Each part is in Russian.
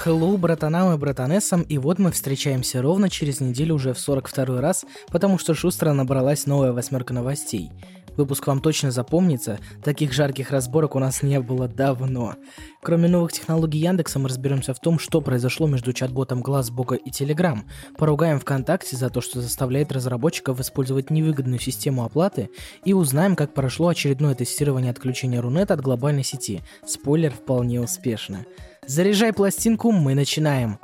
Hello, братанам и братанессам, и вот мы встречаемся ровно через неделю уже в 42-й раз, потому что шустро набралась новая 8 новостей. Выпуск вам точно запомнится, таких жарких разборок у нас не было давно. Кроме новых технологий Яндекса, мы разберемся в том, что произошло между чат-ботом Глазбога и Telegram, поругаем ВКонтакте за то, что заставляет разработчиков использовать невыгодную систему оплаты, и узнаем, как прошло очередное тестирование отключения Рунета от глобальной сети. Спойлер, вполне успешно. Заряжай пластинку, мы начинаем!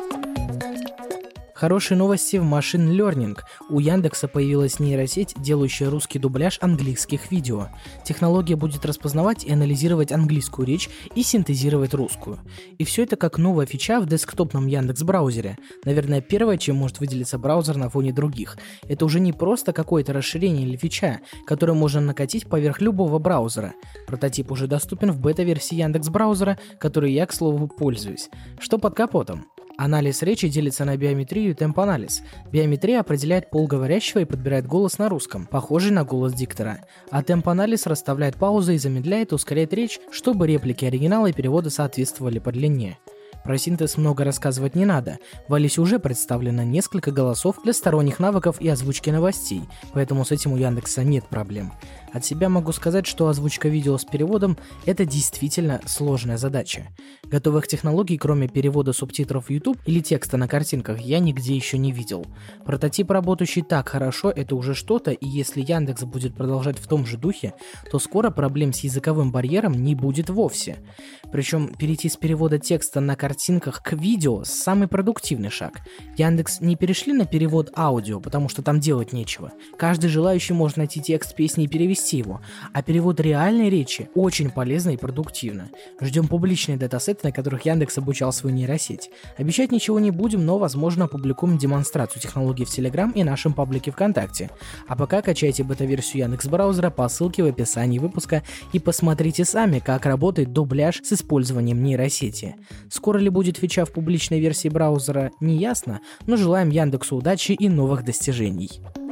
Хорошие новости в Machine Learning. У Яндекса появилась нейросеть, делающая русский дубляж английских видео. Технология будет распознавать и анализировать английскую речь и синтезировать русскую. И все это как новая фича в десктопном Яндекс-браузере. Наверное, первое, чем может выделиться браузер на фоне других. Это уже не просто какое-то расширение или фича, которое можно накатить поверх любого браузера. Прототип уже доступен в бета-версии Яндекс-браузера, которой я, к слову, пользуюсь. Что под капотом? Анализ речи делится на биометрию и темп-анализ. Биометрия определяет пол говорящего и подбирает голос на русском, похожий на голос диктора. А темп-анализ расставляет паузы и замедляет и ускоряет речь, чтобы реплики оригинала и перевода соответствовали по длине. Про синтез много рассказывать не надо. В Алисе уже представлено несколько голосов для сторонних навыков и озвучки новостей, поэтому с этим у Яндекса нет проблем. От себя могу сказать, что озвучка видео с переводом – это действительно сложная задача. Готовых технологий, кроме перевода субтитров в YouTube или текста на картинках, я нигде еще не видел. Прототип, работающий так хорошо, это уже что-то, и если Яндекс будет продолжать в том же духе, то скоро проблем с языковым барьером не будет вовсе. Причем перейти с перевода текста на картинках к видео – самый продуктивный шаг. Яндекс не перешли на перевод аудио, потому что там делать нечего. Каждый желающий может найти текст песни и перевести его, а перевод реальной речи очень полезно и продуктивно. Ждем публичные датасеты, на которых Яндекс обучал свою нейросеть. Обещать ничего не будем, но, возможно, опубликуем демонстрацию технологий в Telegram и нашем паблике ВКонтакте. А пока качайте бета-версию Яндекс.Браузера по ссылке в описании выпуска и посмотрите сами, как работает дубляж с использованием нейросети. Скоро ли будет фича в публичной версии браузера, не ясно, но желаем Яндексу удачи и новых достижений.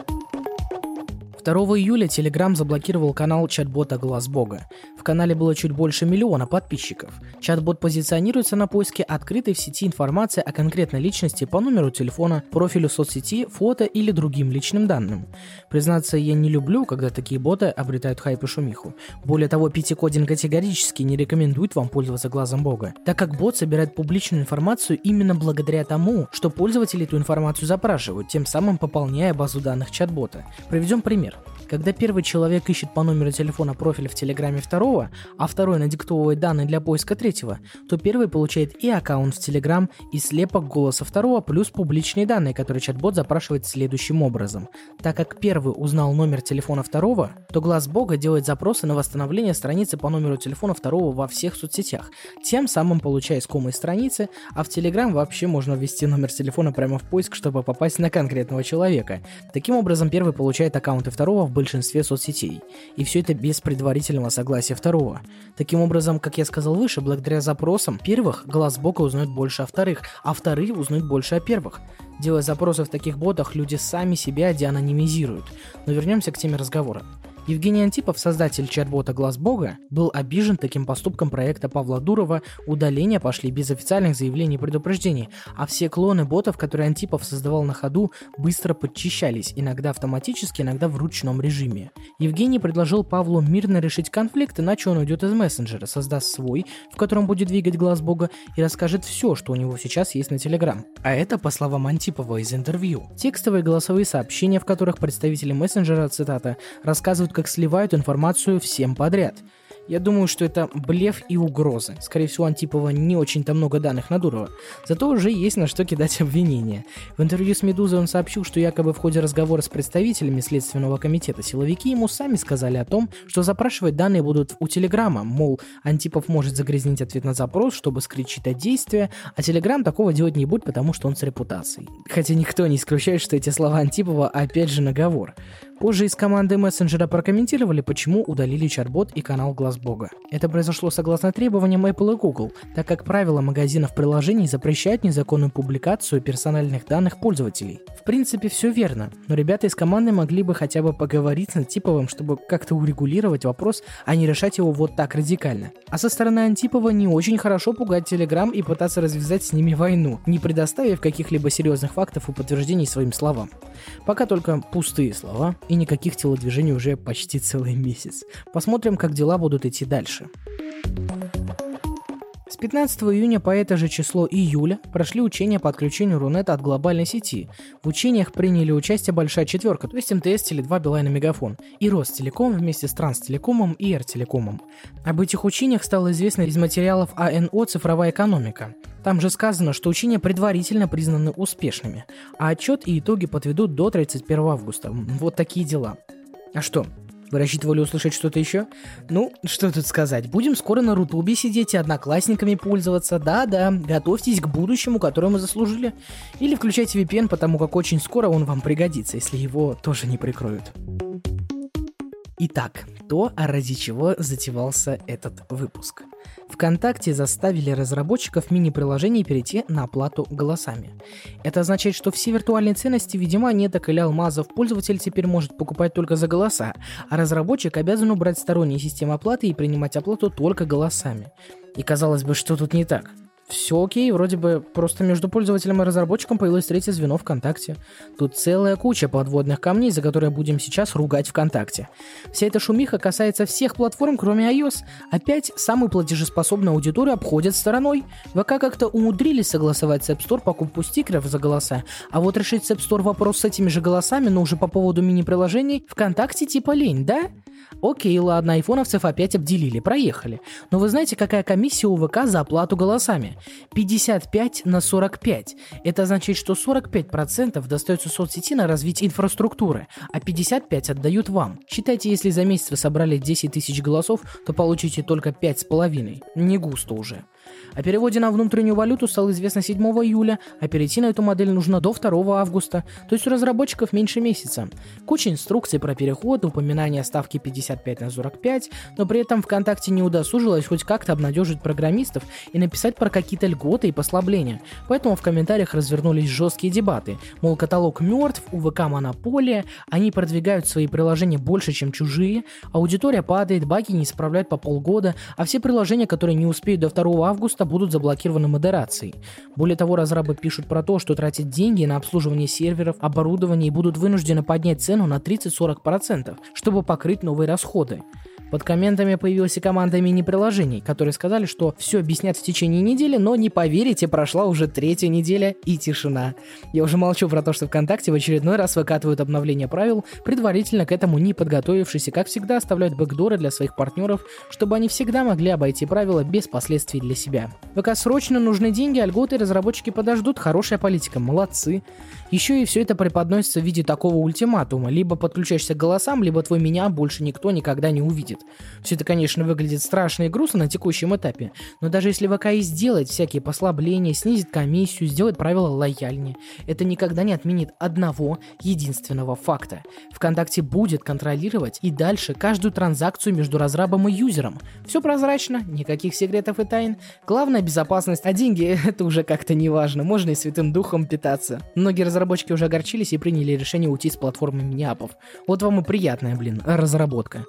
2 июля Telegram заблокировал канал чат-бота Глазбога. В канале было чуть больше 1 миллиона подписчиков. Чат-бот позиционируется на поиске открытой в сети информации о конкретной личности по номеру телефона, профилю соцсети, фото или другим личным данным. Признаться, я не люблю, когда такие боты обретают хайп и шумиху. Более того, Пятикодин категорически не рекомендует вам пользоваться Глазом Бога, так как бот собирает публичную информацию именно благодаря тому, что пользователи эту информацию запрашивают, тем самым пополняя базу данных чат-бота. Приведем пример. Когда первый человек ищет по номеру телефона профиль в Телеграме второго, а второй надиктовывает данные для поиска третьего, то первый получает и аккаунт в Телеграм, и слепок голоса второго, плюс публичные данные, которые чат-бот запрашивает следующим образом. Так как первый узнал номер телефона второго, то Глаз Бога делает запросы на восстановление страницы по номеру телефона второго во всех соцсетях, тем самым получая искомые страницы, а в Телеграм вообще можно ввести номер телефона прямо в поиск, чтобы попасть на конкретного человека. Таким образом, первый получает аккаунты второго в большинстве соцсетей. И все это без предварительного согласия второго. Таким образом, как я сказал выше, благодаря запросам первых Глаз Бога узнает больше о вторых, а вторые узнают больше о первых. Делая запросы в таких ботах, люди сами себя деанонимизируют. Но вернемся к теме разговора. Евгений Антипов, создатель чат-бота Глаз Бога, был обижен таким поступком проекта Павла Дурова. Удаления пошли без официальных заявлений и предупреждений, а все клоны ботов, которые Антипов создавал на ходу, быстро подчищались, иногда автоматически, иногда в ручном режиме. Евгений предложил Павлу мирно решить конфликт, иначе он уйдет из мессенджера, создаст свой, в котором будет двигать Глаз Бога, и расскажет все, что у него сейчас есть на Telegram. А это, по словам Антипова из интервью, текстовые и голосовые сообщения, в которых представители мессенджера, цитата, рассказывают, как сливают информацию всем подряд. Я думаю, что это блеф и угрозы. Скорее всего, Антипова не очень-то много данных на Дурова. Зато уже есть на что кидать обвинения. В интервью с «Медузой» он сообщил, что якобы в ходе разговора с представителями Следственного комитета силовики ему сами сказали о том, что запрашивать данные будут у Телеграма. Мол, Антипов может загрязнить ответ на запрос, чтобы скрыть чьи-то действия, а Телеграм такого делать не будет, потому что он с репутацией. Хотя никто не исключает, что эти слова Антипова опять же наговор. Позже из команды мессенджера прокомментировали, почему удалили чат-бот и канал Глаз Бога. Это произошло согласно требованиям Apple и Google, так как правила магазинов приложений запрещают незаконную публикацию персональных данных пользователей. В принципе, все верно, но ребята из команды могли бы хотя бы поговорить с Антиповым, чтобы как-то урегулировать вопрос, а не решать его вот так радикально. А со стороны Антипова не очень хорошо пугать Telegram и пытаться развязать с ними войну, не предоставив каких-либо серьезных фактов и подтверждений своим словам. Пока только пустые слова и никаких телодвижений уже почти целый месяц. Посмотрим, как дела будут идти дальше. С 15 июня по это же число июля прошли учения по отключению Рунета от глобальной сети. В учениях приняли участие Большая Четверка, то есть МТС, Теле2, Билайн и Мегафон, и Ростелеком вместе с Транстелекомом и Р-Телекомом. Об этих учениях стало известно из материалов АНО «Цифровая экономика». Там же сказано, что учения предварительно признаны успешными, а отчет и итоги подведут до 31 августа. Вот такие дела. А что? Вы рассчитывали услышать что-то еще? Ну, что тут сказать. Будем скоро на Рутубе сидеть и одноклассниками пользоваться. Да-да, готовьтесь к будущему, которое мы заслужили. Или включайте VPN, потому как очень скоро он вам пригодится, если его тоже не прикроют. Итак, то, ради чего затевался этот выпуск. ВКонтакте заставили разработчиков мини-приложений перейти на оплату голосами. Это означает, что все виртуальные ценности, видимо, монеток или алмазов пользователь теперь может покупать только за голоса, а разработчик обязан убрать сторонние системы оплаты и принимать оплату только голосами. И казалось бы, что тут не так? Все окей, вроде бы просто между пользователем и разработчиком появилось третье звено ВКонтакте. Тут целая куча подводных камней, за которые будем сейчас ругать ВКонтакте. Вся эта шумиха касается всех платформ, кроме iOS. Опять самую платежеспособную аудиторию обходят стороной. ВК как-то умудрились согласовать с App Store покупку стикеров за голоса, а вот решить с App Store вопрос с этими же голосами, но уже по поводу мини-приложений, ВКонтакте типа лень, да? Окей, ладно, айфоновцев опять обделили, проехали. Но вы знаете, какая комиссия у ВК за оплату голосами? 55/45. Это означает, что 45% достается соцсети на развитие инфраструктуры, а 55% отдают вам. Считайте, если за месяц вы собрали 10 тысяч голосов, то получите только 5,5. Не густо уже. О переводе на внутреннюю валюту стало известно 7 июля, а перейти на эту модель нужно до 2 августа, то есть у разработчиков меньше месяца. Куча инструкций про переход, упоминание ставки 55/45, но при этом ВКонтакте не удосужилось хоть как-то обнадежить программистов и написать про какие-то льготы и послабления. Поэтому в комментариях развернулись жесткие дебаты. Мол, каталог мертв, у ВК монополия, они продвигают свои приложения больше, чем чужие, аудитория падает, баги не исправляют по полгода, а все приложения, которые не успеют до 2 августа, будут заблокированы модерацией. Более того, разрабы пишут про то, что тратят деньги на обслуживание серверов, оборудование и будут вынуждены поднять цену на 30-40%, чтобы покрыть новые расходы. Под комментами появилась и команда мини-приложений, которые сказали, что все объяснят в течение недели, но не поверите, прошла уже 3-я неделя и тишина. Я уже молчу про то, что ВКонтакте в очередной раз выкатывают обновление правил, предварительно к этому не подготовившись и, как всегда, оставляют бэкдоры для своих партнеров, чтобы они всегда могли обойти правила без последствий для себя. ВК срочно нужны деньги, а льготы разработчики подождут, хорошая политика, молодцы. Еще и все это преподносится в виде такого ультиматума: либо подключаешься к голосам, либо твой меня больше никто никогда не увидит. Все это, конечно, выглядит страшно и грустно на текущем этапе, но даже если ВК и сделает всякие послабления, снизит комиссию, сделает правила лояльнее, это никогда не отменит одного единственного факта. ВКонтакте будет контролировать и дальше каждую транзакцию между разрабом и юзером. Все прозрачно, никаких секретов и тайн. Главное — безопасность, а деньги — это уже как-то не важно, можно и святым духом питаться. Многие разработчики уже огорчились и приняли решение уйти с платформы мини-апов. Вот вам и приятная, разработка.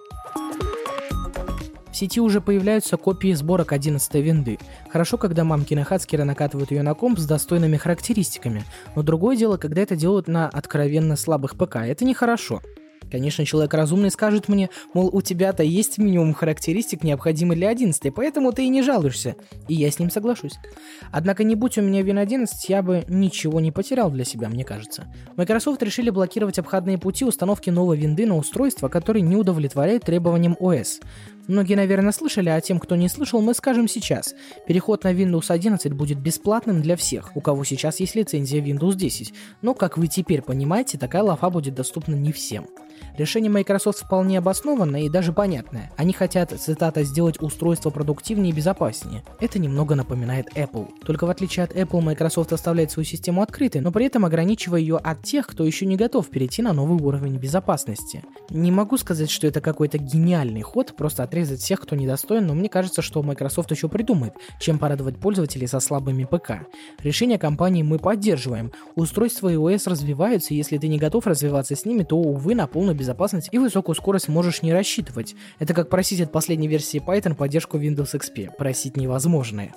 В сети уже появляются копии сборок 11-й винды. Хорошо, когда мамкины хацкеры накатывают ее на комп с достойными характеристиками, но другое дело, когда это делают на откровенно слабых ПК. Это нехорошо. Конечно, человек разумный скажет мне, мол, у тебя-то есть минимум характеристик, необходимый для 11, поэтому ты и не жалуешься. И я с ним соглашусь. Однако не будь у меня Win 11, я бы ничего не потерял для себя, мне кажется. Microsoft решили блокировать обходные пути установки новой винды на устройства, которые не удовлетворяют требованиям ОС. Многие, наверное, слышали, а тем, кто не слышал, мы скажем сейчас. Переход на Windows 11 будет бесплатным для всех, у кого сейчас есть лицензия Windows 10. Но, как вы теперь понимаете, такая лафа будет доступна не всем. Решение Microsoft вполне обоснованное и даже понятное. Они хотят, цитата, «сделать устройство продуктивнее и безопаснее». Это немного напоминает Apple. Только в отличие от Apple, Microsoft оставляет свою систему открытой, но при этом ограничивая ее от тех, кто еще не готов перейти на новый уровень безопасности. Не могу сказать, что это какой-то гениальный ход, просто отрезать всех, кто недостоин, но мне кажется, что Microsoft еще придумает, чем порадовать пользователей со слабыми ПК. Решение компании мы поддерживаем. Устройства iOS развиваются, и если ты не готов развиваться с ними, то, увы, на полную безопасность и высокую скорость можешь не рассчитывать. Это как просить от последней версии Python поддержку Windows XP. Просить невозможное.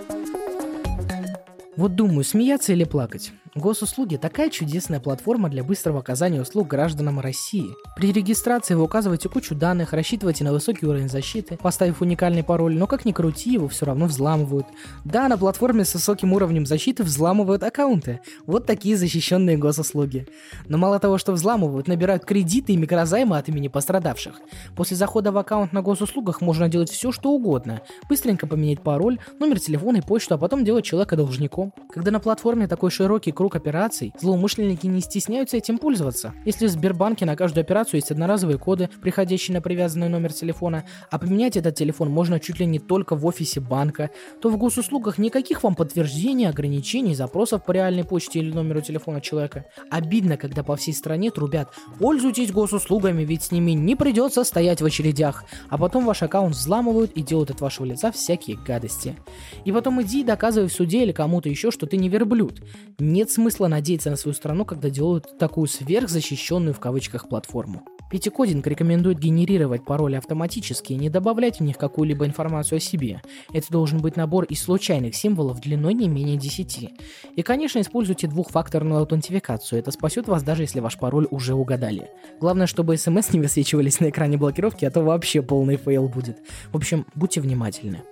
Вот думаю, смеяться или плакать. Госуслуги – такая чудесная платформа для быстрого оказания услуг гражданам России. При регистрации вы указываете кучу данных, рассчитываете на высокий уровень защиты, поставив уникальный пароль, но как ни крути, его все равно взламывают. Да, на платформе с высоким уровнем защиты взламывают аккаунты. Вот такие защищенные госуслуги. Но мало того, что взламывают, набирают кредиты и микрозаймы от имени пострадавших. После захода в аккаунт на госуслугах можно делать все, что угодно. Быстренько поменять пароль, номер телефона и почту, а потом делать человека должником. Когда на платформе такой широкий круг операций, злоумышленники не стесняются этим пользоваться. Если в Сбербанке на каждую операцию есть одноразовые коды, приходящие на привязанный номер телефона, а поменять этот телефон можно чуть ли не только в офисе банка, то в госуслугах никаких вам подтверждений, ограничений, запросов по реальной почте или номеру телефона человека. Обидно, когда по всей стране трубят: пользуйтесь госуслугами, ведь с ними не придется стоять в очередях, а потом ваш аккаунт взламывают и делают от вашего лица всякие гадости. И потом иди и доказывай в суде или кому-то еще, что ты не верблюд. Нет смысла надеяться на свою страну, когда делают такую сверхзащищенную в кавычках платформу. Пятикодинг рекомендует генерировать пароли автоматически и не добавлять в них какую-либо информацию о себе. Это должен быть набор из случайных символов длиной не менее 10. И, конечно, используйте двухфакторную аутентификацию. Это спасет вас, даже если ваш пароль уже угадали. Главное, чтобы смс не высвечивались на экране блокировки, а то вообще полный фейл будет. В общем, будьте внимательны.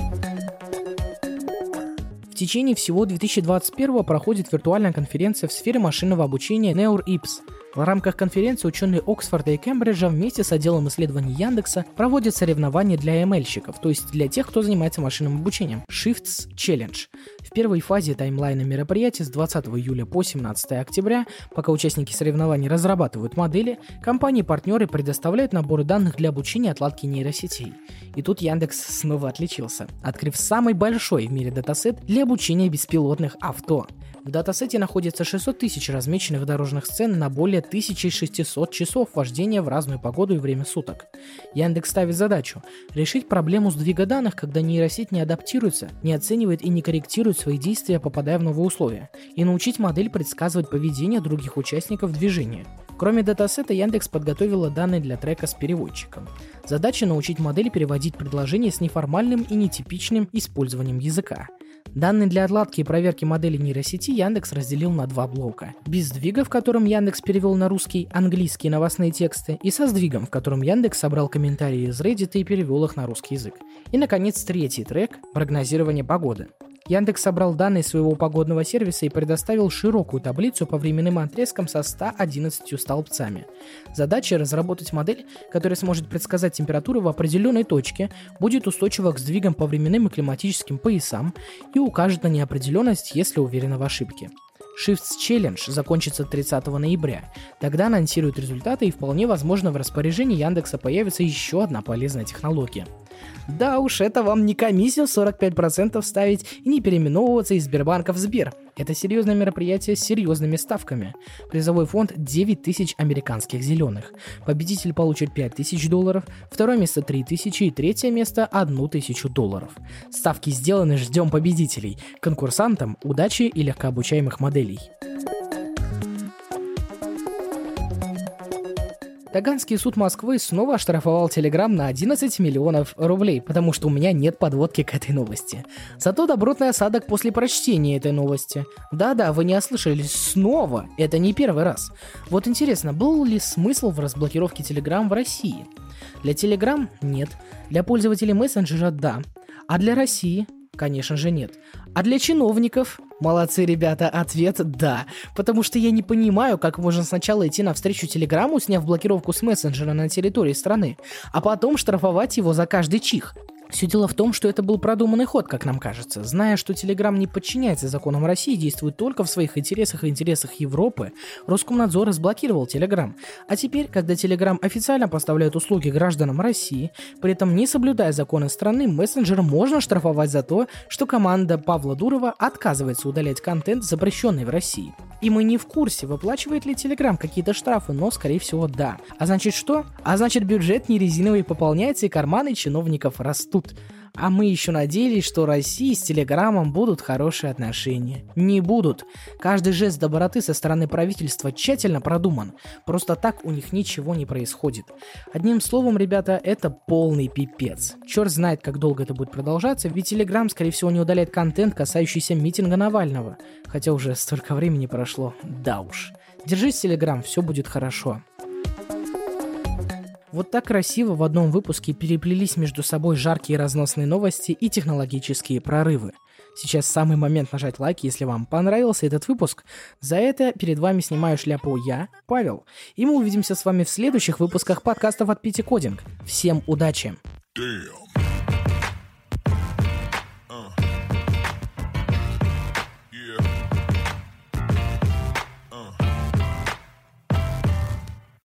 В течение всего 2021 проходит виртуальная конференция в сфере машинного обучения NeurIPS. В рамках конференции ученые Оксфорда и Кембриджа вместе с отделом исследований Яндекса проводят соревнования для ML-щиков, то есть для тех, кто занимается машинным обучением. Shifts Challenge. В первой фазе таймлайна мероприятия с 20 июля по 17 октября, пока участники соревнований разрабатывают модели, компании-партнеры предоставляют наборы данных для обучения отладки нейросетей. И тут Яндекс снова отличился, открыв самый большой в мире датасет для обучения беспилотных авто. В датасете находится 600 тысяч размеченных дорожных сцен на более 1600 часов вождения в разную погоду и время суток. Яндекс ставит задачу решить проблему сдвига данных, когда нейросеть не адаптируется, не оценивает и не корректирует свои действия, попадая в новые условия, и научить модель предсказывать поведение других участников движения. Кроме датасета, Яндекс подготовила данные для трека с переводчиком. Задача научить модель переводить предложения с неформальным и нетипичным использованием языка. Данные для отладки и проверки модели нейросети Яндекс разделил на два блока. Без сдвига, в котором Яндекс перевел на русский английские новостные тексты, и со сдвигом, в котором Яндекс собрал комментарии из Reddit и перевел их на русский язык. И, наконец, третий трек – прогнозирование погоды. Яндекс собрал данные своего погодного сервиса и предоставил широкую таблицу по временным отрезкам со 111 столбцами. Задача – разработать модель, которая сможет предсказать температуру в определенной точке, будет устойчива к сдвигам по временным и климатическим поясам и укажет на неопределенность, если уверена в ошибке. Shifts Challenge закончится 30 ноября. Тогда анонсируют результаты, и вполне возможно в распоряжении Яндекса появится еще одна полезная технология. Да уж, это вам не комиссию 45% ставить и не переименовываться из Сбербанка в Сбер. Это серьезное мероприятие с серьезными ставками. Призовой фонд 9000 американских зеленых. Победитель получит $5000, второе место $3000 и третье место $1000. Ставки сделаны, ждем победителей. Конкурсантам удачи и легкообучаемых моделей. Таганский суд Москвы снова оштрафовал Telegram на 11 миллионов рублей, потому что у меня нет подводки к этой новости. Зато добротный осадок после прочтения этой новости. Да-да, вы не ослышались, снова, это не первый раз. Вот интересно, был ли смысл в разблокировке Telegram в России? Для Telegram нет, для пользователей мессенджера да, а для России? Конечно же нет. А для чиновников? Молодцы, ребята, ответ да. Потому что я не понимаю, как можно сначала идти навстречу Телеграмму, сняв блокировку с мессенджера на территории страны, а потом штрафовать его за каждый чих. Все дело в том, что это был продуманный ход, как нам кажется. Зная, что Telegram не подчиняется законам России и действует только в своих интересах и интересах Европы, Роскомнадзор разблокировал Telegram. А теперь, когда Telegram официально поставляет услуги гражданам России, при этом не соблюдая законы страны, мессенджер можно штрафовать за то, что команда Павла Дурова отказывается удалять контент, запрещенный в России. И мы не в курсе, выплачивает ли Telegram какие-то штрафы, но, скорее всего, да. А значит что? А значит, бюджет не резиновый пополняется и карманы чиновников растут. А мы еще надеялись, что России с Телеграмом будут хорошие отношения. Не будут. Каждый жест доброты со стороны правительства тщательно продуман. Просто так у них ничего не происходит. Одним словом, ребята, это полный пипец. Черт знает, как долго это будет продолжаться, ведь Телеграм, скорее всего, не удаляет контент, касающийся митинга Навального. Хотя уже столько времени прошло. Да уж. Держись, Телеграм, все будет хорошо. Вот так красиво в одном выпуске переплелись между собой жаркие разносные новости и технологические прорывы. Сейчас самый момент нажать лайк, если вам понравился этот выпуск. За это перед вами снимаю шляпу я, Павел. И мы увидимся с вами в следующих выпусках подкастов от PT Coding. Всем удачи! Damn.